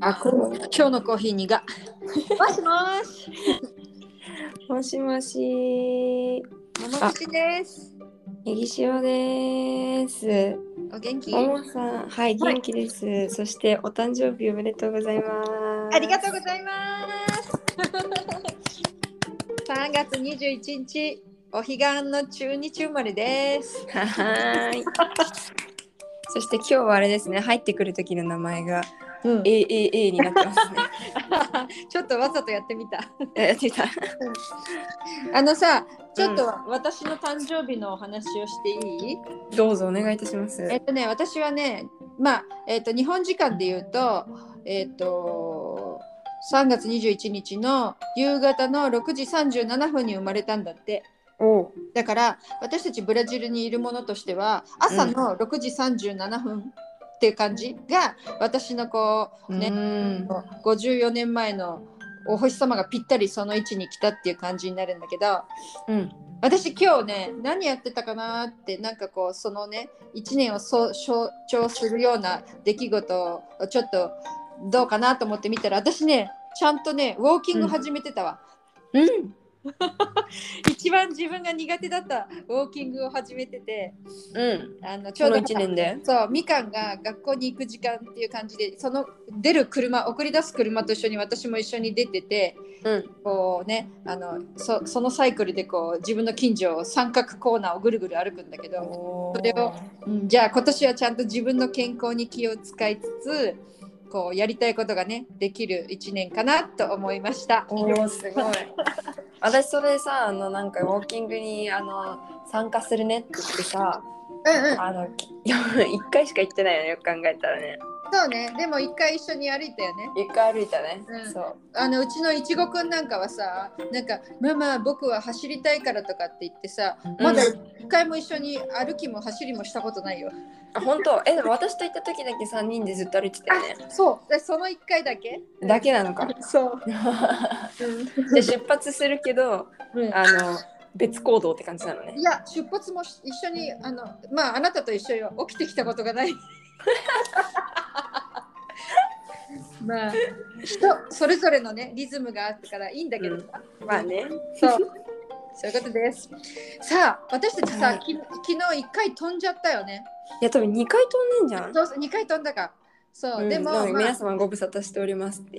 今日のコーヒー苦。もしもし。 もしもし。 桃口です。 ネギ塩です。 お元気？ 桃さん、はい、元気です。そしてお誕生日おめでとうございます。 ありがとうございます。3月21日、お彼岸の中日生まれです。 はい。そして今日はあれですね、入ってくる時の名前が、AAA になってますね。 ちょっとわざとやってみた。 やってた。 さ、ちょっと私の誕生日のお話をしていい？ どうぞお願いいたします。 私はね、日本時間で言うと、3月21日の夕方の6時37分に生まれたんだって。だから私たちブラジルにいるものとしては朝の6時37分っていう感じが私の54年前のお星様がぴったりその位置に来たっていう感じになるんだけど、私今日ね何やってたかなってそのね1年を象徴するような出来事をちょっとどうかなと思って見たら、私ねちゃんとねウォーキング始めてたわ。一番自分が苦手だったウォーキングを始めてて、ちょうど 1年でそうみかんが学校に行く時間っていう感じで、その送り出す車と一緒に私も一緒に出てて、こうねそのサイクルでこう自分の近所を三角コーナーをぐるぐる歩くんだけど、それを、じゃあ今年はちゃんと自分の健康に気を使いつつこうやりたいことがねできる1年かなと思いました。 すごい。私それさなんかウォーキングに参加するねって言ってさ、1回しか行ってないよね、よく考えたらね。 そうね、でも1回一緒に歩いたよね。 1回歩いたね。 そううちのいちごくんなんかはさ、ママ僕は走りたいからとかって言ってさ、まだ1回も一緒に歩きも走りもしたことないよ。 本当？でも私と行った時だけ3人でずっと歩いてたよね。 そうで、その1回だけなのか。 そうで出発するけど、別行動って感じなのね。 いや出発も一緒にあなたと一緒よ。起きてきたことがない。人それぞれのねリズムがあってからいいんだけどさ、そういうことです。さあ私たちさ、昨日1回飛んじゃったよね。 いや多分2回飛んでんじゃん。 そう2回飛んだか。そう、でも皆様ご無沙汰しておりますっていう。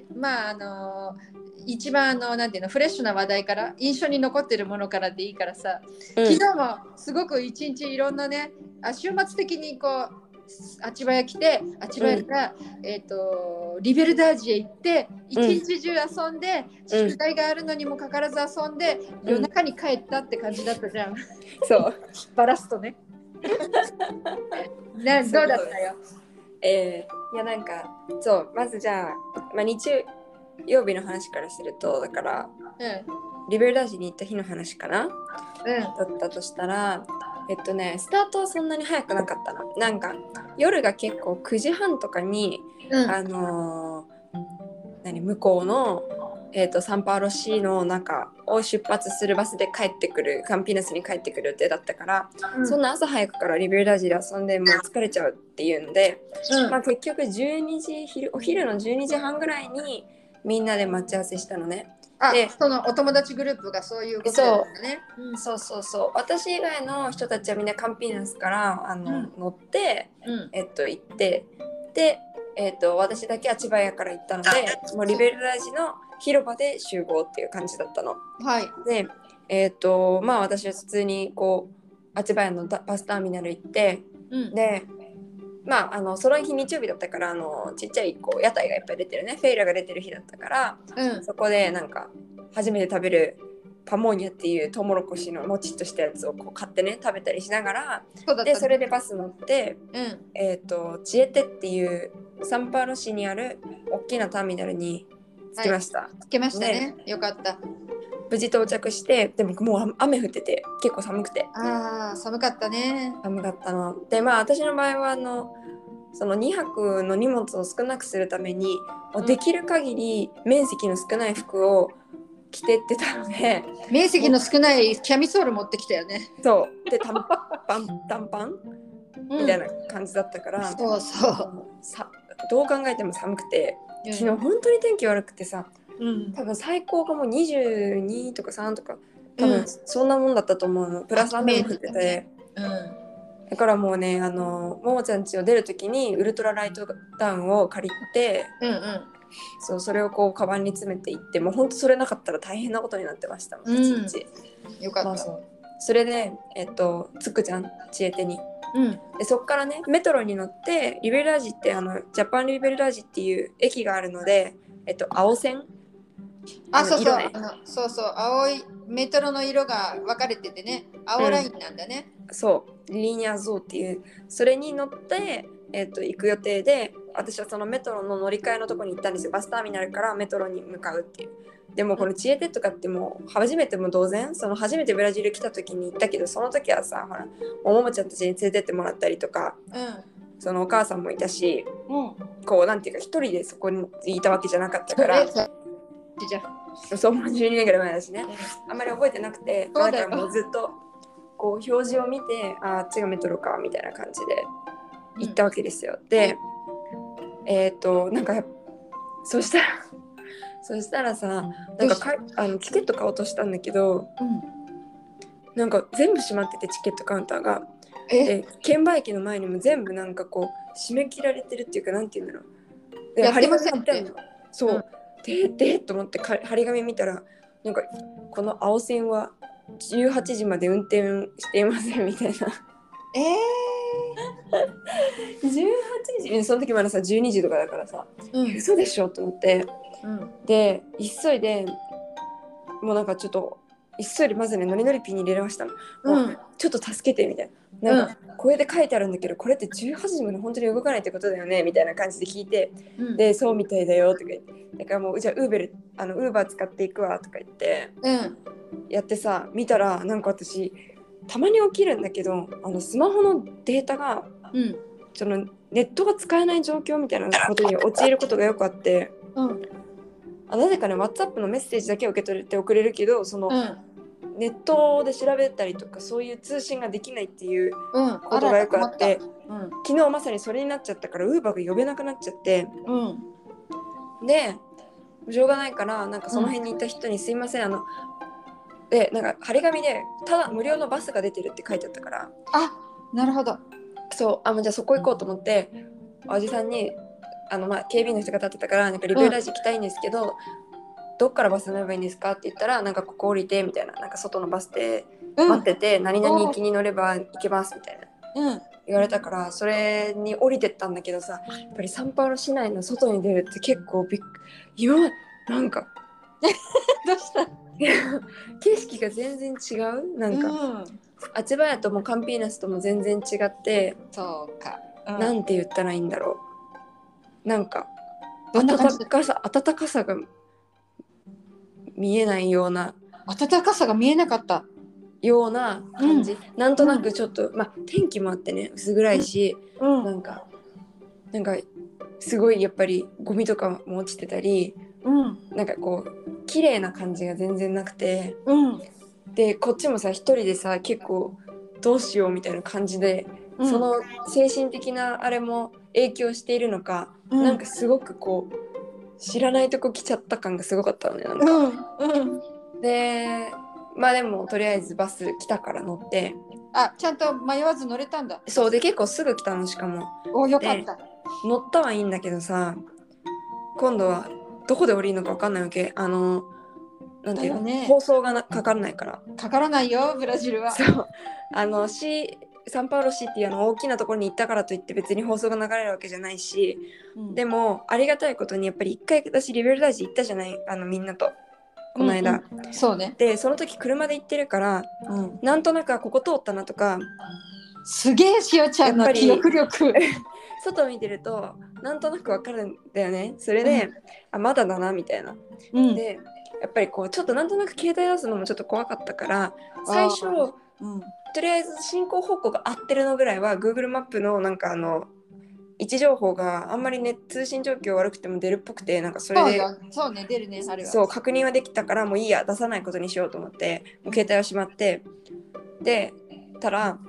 一番なんていうのフレッシュな話題から印象に残ってるものからでいいからさ、昨日もすごく一日いろんなね週末的にこうあちばや来て、あちばやから、リベルダージへ行って一日中遊んで、宿題があるのにもかかわらず遊んで、夜中に帰ったって感じだったじゃん。 そうバラすとね。どうだったよ。 いやそうまずじゃあ、日曜日の話からするとだから、リベルダージに行った日の話かな、だったとしたらスタートはそんなに早くなかったの。夜が結構9時半とかに、向こうの、サンパウロ市の中を出発するバスで帰ってくる、カンピナスに帰ってくる予定だったから、そんな朝早くからリベルダージで遊んでもう疲れちゃうっていうので、結局お昼の12時半ぐらいにみんなで待ち合わせしたのね。 でそのお友達グループがそういうことだったね。 そう私以外の人たちはみんなカンピナスから乗って、行ってで、私だけは千葉屋から行ったので、もうリベルダージの広場で集合っていう感じだったの。で私は普通にこう千葉屋のバスターミナル行って、でその日日曜日だったからちっちゃいこう屋台がいっぱい出てるね、フェイラが出てる日だったから、そこで初めて食べるパモーニャっていうトウモロコシのもちっとしたやつをこう買ってね食べたりしながら、でそれでバス乗って、チエテっていうサンパウロ市にある大きなターミナルに着きました。 着きましたね。よかった。 無事到着して、でももう雨降ってて結構寒くて。 寒かったね。 寒かったので、私の場合はその2泊の荷物を少なくするために、できる限り面積の少ない服を着てってたので、 面積の少ないキャミソール持ってきたよね。 そうで短パンみたいな感じだったから、 そうそうどう考えても寒くて、昨日本当に天気悪くてさ、多分最高がもう22とか3とか多分そんなもんだったと思うの、プラス雨も降ってて、だからもうねももちゃん家を出る時にウルトラライトダウンを借りて、それをこうカバンに詰めていって、もうほんとそれなかったら大変なことになってましたもん、一日。 よかった。 それでつくじゃん、知恵手に。でそっからねメトロに乗ってリベラージってジャパンリベラージっていう駅があるので、青線、 そうそう、青いメトロの色が分かれててね、青ラインなんだね。 そうリーニャゾーっていう、それに乗って、行く予定で、私はそのメトロの乗り換えのとこに行ったんですよ。バスターミナルからメトロに向かうっていう。でもこの知恵手とかってもう初めても同然、初めてブラジル来た時に行ったけど、その時はさ、ほらももちゃんたちに連れてってもらったりとか、そのお母さんもいたし、こうなんていうか一人でそこにいたわけじゃなかったから、そうもう12年ぐらい前だしね、あんまり覚えてなくて、だからもうずっとこう表示を見て、あっちがメトロかみたいな感じで行ったわけですよ。でなんかそしたらさ、なんかチケット買おうとしたんだけど、なんか全部閉まってて、チケットカウンターが。で券売機の前にも全部なんかこう締め切られてるっていうか、なんていうんだろう。で張り紙貼ってあるの。そう。でと思って張り紙見たら、なんかこの青線は18時まで運転していませんみたいな。18時、その時まださ12時とかだからさ、嘘でしょと思って、で急いでもうなんかちょっと急いでまずねノリノリピーに入れましたの、ちょっと助けてみたいな、なんかこれで書いてあるんだけど、これって18時まで本当に動かないってことだよねみたいな感じで聞いて、でそうみたいだよとか言って、だからもうじゃあウーバー使っていくわとか言って、やってさ、見たらなんか私たまに起きるんだけど、スマホのデータが、そのネットが使えない状況みたいなことに陥ることがよくあって、なぜかね WhatsApp のメッセージだけ受け取れて送れるけど、その、ネットで調べたりとかそういう通信ができないっていうことがよくあって、昨日まさにそれになっちゃったから Uber が呼べなくなっちゃって、でしょうがないからなんかその辺にいた人に、すいませんでなんか張り紙でただ無料のバスが出てるって書いてあったから、 なるほど。 そうじゃあそこ行こうと思って、おじさんに警備員の人が立ってたから、なんかリベラージ行きたいんですけど、どっからバス乗ればいいんですかって言ったら、なんかここ降りてみたいな、なんか外のバスで待ってて、何々行きに乗れば行けますみたいな、言われたから、それに降りてったんだけどさ、やっぱりサンパウロ市内の外に出るって結構今なんかどうした景色が全然違う、なんか、アチバヤともカンピーナスとも全然違って、 そうか、 なんて言ったらいいんだろう、なんか暖かさが見えないような、 暖かさが見えなかったような感じ、なんとなくちょっと、天気もあってね薄暗いし、なんかすごいやっぱりゴミとかも落ちてたり、なんかこう綺麗な感じが全然なくて、でこっちもさ一人でさ結構どうしようみたいな感じで、その精神的なあれも影響しているのか、なんかすごくこう知らないとこ来ちゃった感がすごかったのね、なんか、ででもとりあえずバス来たから乗って、 ちゃんと迷わず乗れたんだ。 そうで結構すぐ来たの、しかも。 よかった。 乗ったはいいんだけどさ、今度はどこで降りるのか分かんないわけ。なんていうの、放送がかからないから。 かからないよブラジルは。 そうサンパウロ市っていう大きなところに行ったからといって別に放送が流れるわけじゃないし、でもありがたいことにやっぱり一回私リベルダージ行ったじゃない、みんなとこの間、 そうね。 でその時車で行ってるから、なんとなくここ通ったなとか、 すげえしおちゃんの記憶力外見てるとなんとなくわかるんだよね。それで、まだだなみたいな、でやっぱりこうちょっとなんとなく携帯出すのもちょっと怖かったから、最初とりあえず進行方向が合ってるのぐらいは Google マップのなんか位置情報があんまりね通信状況悪くても出るっぽくて、なんかそれでそうね、出るね、あれは。 そう確認はできたから、もういいや出さないことにしようと思ってもう携帯をしまって、でたら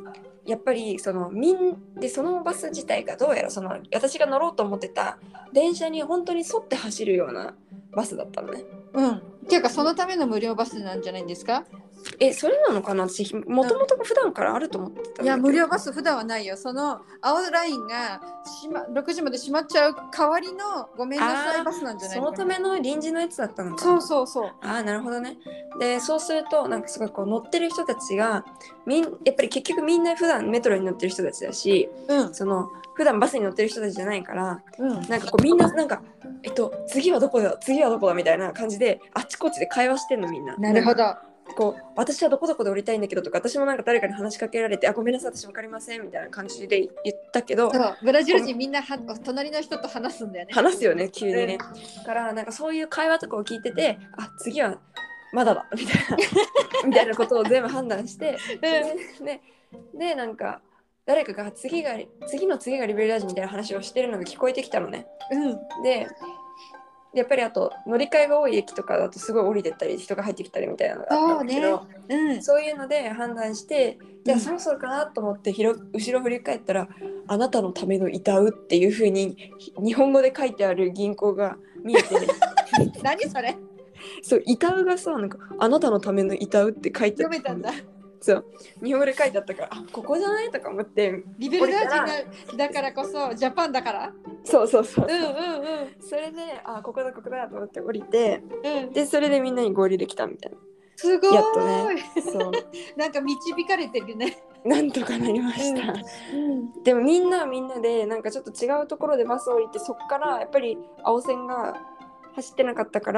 やっぱりそのそのバス自体がどうやらその私が乗ろうと思ってた電車に本当に沿って走るようなバスだったのね。 っていうかそのための無料バスなんじゃないんですか？ それなのかな。私もともと普段からあると思ってたんだけど。 いや無料バス普段はないよ。その青ラインが6時まで閉まっちゃう代わりのごめんなさいバスなんじゃないのかな。 そのための臨時のやつだったのかな。そう。 なるほどね。でそうするとなんかすごいこう乗ってる人たちがやっぱり結局みんな普段メトロに乗ってる人たちだし、その普段バスに乗ってる人たちじゃないから、なんかこうみんななんか次はどこだみたいな感じであっちこっちで会話してんのみんな。 なるほど。 こう私はどこどこで降りたいんだけどとか、私もなんか誰かに話しかけられてごめんなさい私分かりませんみたいな感じで言ったけど、 そうブラジル人みんな隣の人と話すんだよね。 話すよね急にね、だからなんかそういう会話とかを聞いてて次はまだだみたいなみたいなことを全部判断してでなんか誰かが次がリベルラジみたいな話をしてるのが聞こえてきたのね。でやっぱりあと乗り換えが多い駅とかだとすごい降りてったり人が入ってきたりみたいなのがあったんだけど、そういうので判断してじゃあそろそろかなと思って後ろ振り返ったらあなたのためのいたうっていう風に日本語で書いてある銀行が見えて何それ。 そういたうがさなんかあなたのためのいたうって書いてある。 読めたんだ。 そう日本語で書いてあったからここじゃないとか思ってリベルダージだからこそジャパンだからそうそれでここだと思って降りて、でそれでみんなに合流できたみたいな。 すごいやっとね。そうなんか導かれてるね。 なんとかなりました、でもみんなでなんかちょっと違うところでバス降りてそっからやっぱり青線が走ってなかったから、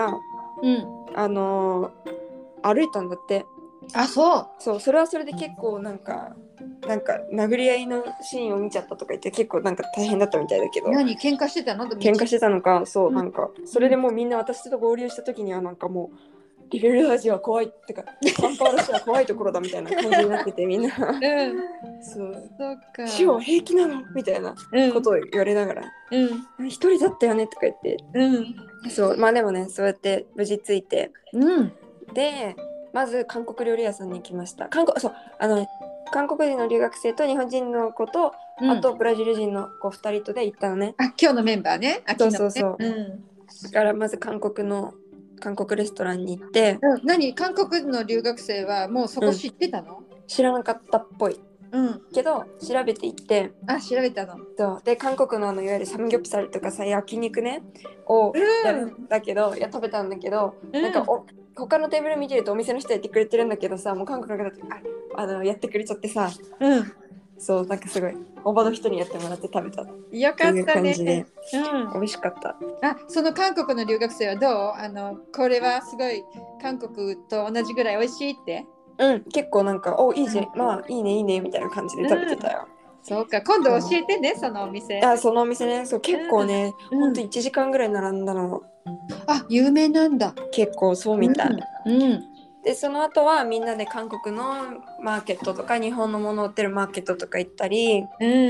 歩いたんだって。そうそれはそれで結構なんか殴り合いのシーンを見ちゃったとか言って結構なんか大変だったみたいだけど。 何喧嘩してたの？ 喧嘩してたのか。そう、なんかそれでもうみんな私と合流した時にはなんかもうリベルダージは怖いってかサンパウロ市は怖いところだみたいな感じになっててみんなそうか死は平気なのみたいなことを言われながら一人だったよねとか言って、そうまあでもねそうやって無事ついて、でまず韓国料理屋さんに行きました。韓国人の留学生と日本人の子と、あとブラジル人の子2人とで行ったのね。 今日のメンバーね。 そう、だからまず韓国レストランに行って、 韓国の留学生はもうそこ知ってたの？ 知らなかったっぽい、けど調べていって、 調べたの。 そうで韓国のいわゆるサムギョプサルとかさ焼肉ねをやるんだけど、食べたんだけど、なんか他のテーブル見てるとお店の人やってくれてるんだけどさ、もう韓国の方だとやってくれちゃってさ、そうなんかすごいおばの人にやってもらって食べたっていう感じで、美味しかった。 その韓国の留学生はどう？これはすごい韓国と同じぐらい美味しいって？ 結構なんかいいじゃん、まあいいねみたいな感じで食べてたよ。 そうか、今度教えてね、そのお店。 そのお店ね、そう結構ね、ほんと1時間ぐらい並んだの。 有名なんだ。 結構そうみたい。でその後はみんなで韓国のマーケットとか日本のものを売ってるマーケットとか行ったり、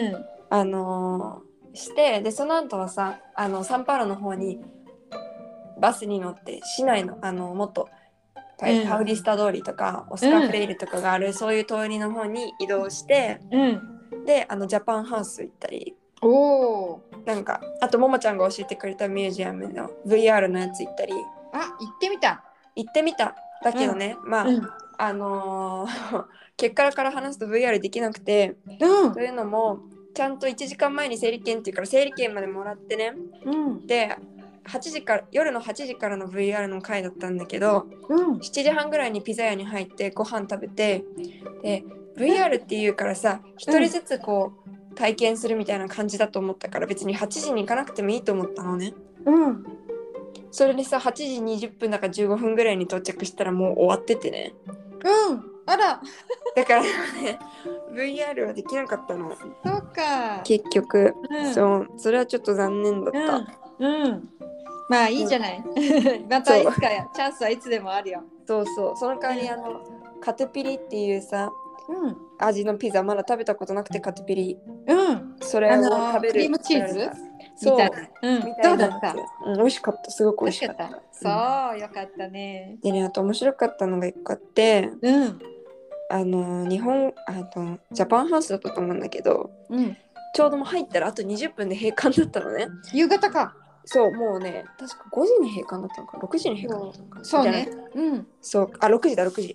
してでその後はさサンパウロの方にバスに乗って市内のもっとパウリスタ通りとかオスカーフレイルとかがある、そういう通りの方に移動して、でジャパンハウス行ったり、なんかあとももちゃんが教えてくれたミュージアムの VR のやつ行ったり。 行ってみただけどね、結果から話すと VR できなくて、というのもちゃんと1時間前に整理券っていうから整理券までもらってね、で夜の8時からの VR の回だったんだけど、7時半ぐらいにピザ屋に入ってご飯食べて、で VR っていうからさ一人ずつこう体験するみたいな感じだと思ったから別に8時に行かなくてもいいと思ったのね。それでさ8時20分だか15分ぐらいに到着したらもう終わっててね。 あらだからね VR はできなかったの。 そうか結局、それはちょっと残念だった。 まあいいじゃない、またいつかチャンスはいつでもあるよ。 そうその代わりカトピリっていうさ、味のピザまだ食べたことなくて、カトピリ、それを食べるクリームチーズそうみたいな、どうだった？ 美味しかった、すごく美味しかった。 そうよかったね。 でね、あと面白かったのが一個あって、 日本ジャパンハウスだったと思うんだけど、ちょうどもう入ったらあと20分で閉館だったのね。 夕方か。 そうもうね確か5時に閉館だったのか6時に閉館だったのか。 そうね。 そう6時だ6時、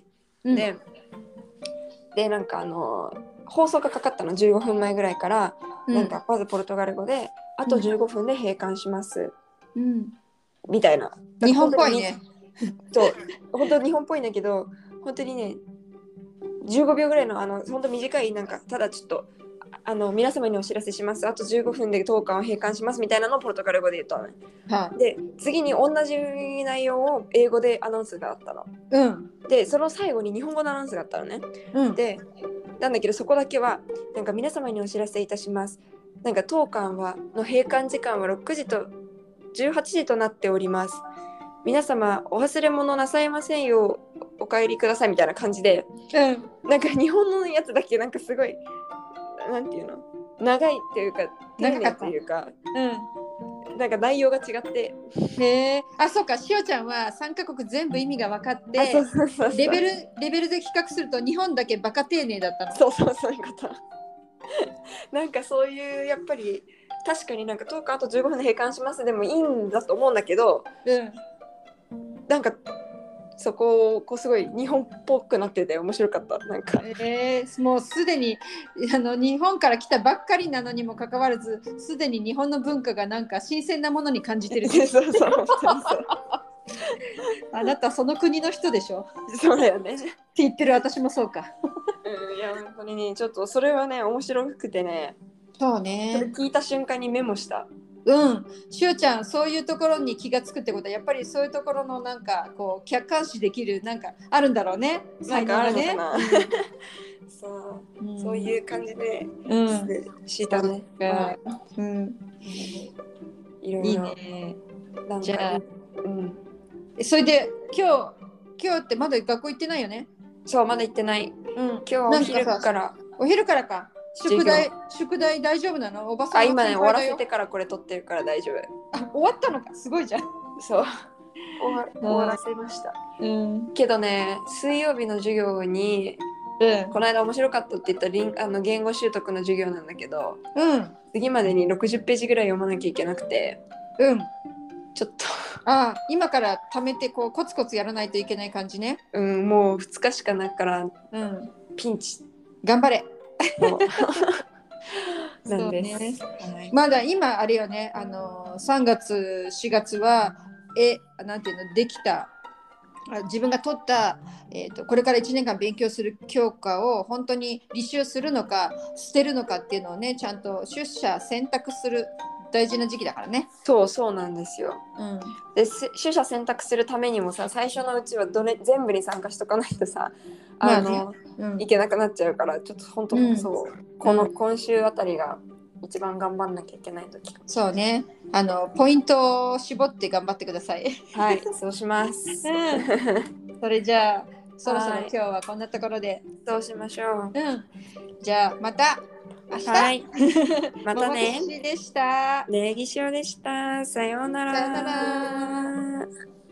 でなんか放送がかかったの15分前ぐらいから、なんかまずポルトガル語であと15分で閉館します、みたいな。 日本っぽいね。 そう本当日本っぽいんだけど、本当にね15秒ぐらいの本当短いなんかただちょっと皆様にお知らせします、あと15分で当館を閉館しますみたいなのをポルトガル語で言ったのね、で次に同じ内容を英語でアナウンスがあったの、でその最後に日本語のアナウンスがあったのね、でなんだけどそこだけはなんか皆様にお知らせいたします、なんか当館の閉館時間は6時と18時となっております、皆様お忘れ物なさいませんようお帰りくださいみたいな感じで、なんか日本のやつだけなんかすごいなんていうの長いっていうか丁寧っていうか、なんか内容が違って、 そうか、しおちゃんは3カ国全部意味が分かって、レベルで比較すると日本だけバカ丁寧だったの。 そういうことなんかそういうやっぱり確かになんか10日あと15分で閉館しますでもいいんだと思うんだけど、なんかそこをすごい日本っぽくなってて面白かった。なんか、 もうすでに日本から来たばっかりなのにもかかわらずすでに日本の文化がなんか新鮮なものに感じてるそうあなたその国の人でしょ。 そうだよねって言ってる私もそうか。 いや本当にねちょっとそれはね面白くてね、 そうね、 それ聞いた瞬間にメモした。 しおちゃんそういうところに気がつくってことはやっぱりそういうところのなんかこう客観視できるなんかあるんだろうね。 なんかあるのかなそういう感じで知ったね。いろいろいいね。なんかじゃあ、 それで今日ってまだ学校行ってないよね。 そうまだ行ってない。今日お昼から。 お昼からか。宿題大丈夫なの？おばさん今ね終わらせてからこれ撮ってるから大丈夫。 終わったのかすごいじゃん。 そう終わらせました、けどね水曜日の授業に、この間面白かったって言った言語習得の授業なんだけど、次までに60ページぐらい読まなきゃいけなくて、ちょっと今から貯めてこうコツコツやらないといけない感じね。 もう2日しかないから、ピンチ頑張れなんです、 まだ今あれよね3月4月はなんていうのできた自分が取った、これから1年間勉強する教科を本当に履修するのか捨てるのかっていうのをねちゃんと取捨選択する大事な時期だからね。 そうなんですよ、で取捨選択するためにもさ最初のうちは全部に参加しとかないとさいけなくなっちゃうからちょっと本当、そう今週あたりが一番頑張んなきゃいけない時かも。 そうねポイントを絞って頑張ってください。 はいそうします、 それじゃあそろそろ今日はこんなところでそうしましょう。 じゃあまた明日、 またね。 桃吉でした。 礼儀塩でした。さようなら。 さようなら。